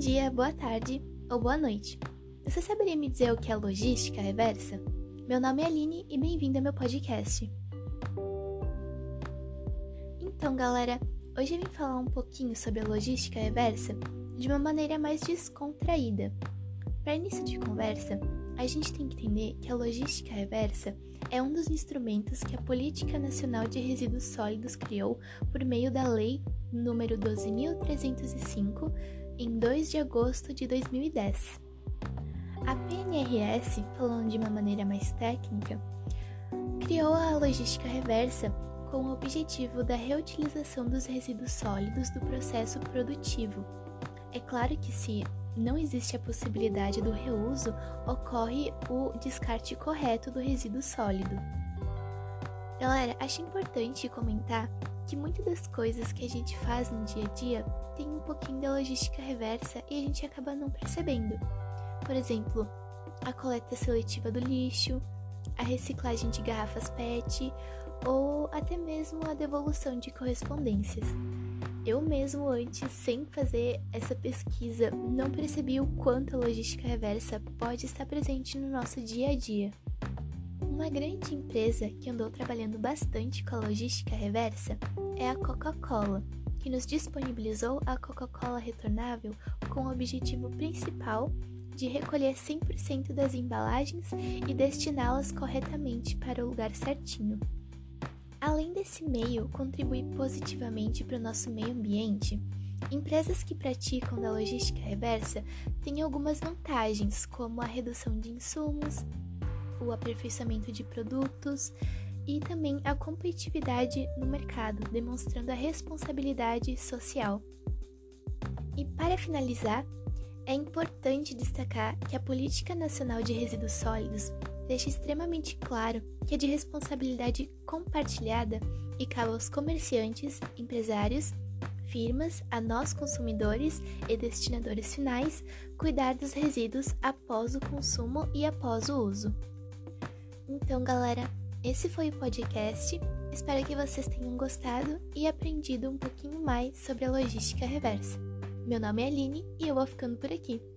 dia, boa tarde ou boa noite. Você saberia me dizer o que é logística reversa? Meu nome é Aline e bem-vindo ao meu podcast. Então, galera, hoje eu vim falar um pouquinho sobre a logística reversa de uma maneira mais descontraída. Para início de conversa, a gente tem que entender que a logística reversa é um dos instrumentos que a Política Nacional de Resíduos Sólidos criou por meio da Lei número 12.305, em 2 de agosto de 2010. A PNRS, falando de uma maneira mais técnica, criou a logística reversa com o objetivo da reutilização dos resíduos sólidos do processo produtivo. É claro que se não existe a possibilidade do reuso, ocorre o descarte correto do resíduo sólido. Galera, acho importante comentar que muitas das coisas que a gente faz no dia a dia tem um pouquinho da logística reversa e a gente acaba não percebendo. Por exemplo, a coleta seletiva do lixo, a reciclagem de garrafas PET ou até mesmo a devolução de correspondências. Eu mesmo antes, sem fazer essa pesquisa, não percebi o quanto a logística reversa pode estar presente no nosso dia a dia. Uma grande empresa que andou trabalhando bastante com a logística reversa é a Coca-Cola, que nos disponibilizou a Coca-Cola retornável com o objetivo principal de recolher 100% das embalagens e destiná-las corretamente para o lugar certinho. Além desse meio contribuir positivamente para o nosso meio ambiente, empresas que praticam da logística reversa têm algumas vantagens, como a redução de insumos, o aperfeiçoamento de produtos e também a competitividade no mercado, demonstrando a responsabilidade social. E para finalizar, é importante destacar que a Política Nacional de Resíduos Sólidos deixa extremamente claro que é de responsabilidade compartilhada e cabe aos comerciantes, empresários, firmas, a nós consumidores e destinadores finais cuidar dos resíduos após o consumo e após o uso. Então, galera, esse foi o podcast. Espero que vocês tenham gostado e aprendido um pouquinho mais sobre a logística reversa. Meu nome é Aline e eu vou ficando por aqui.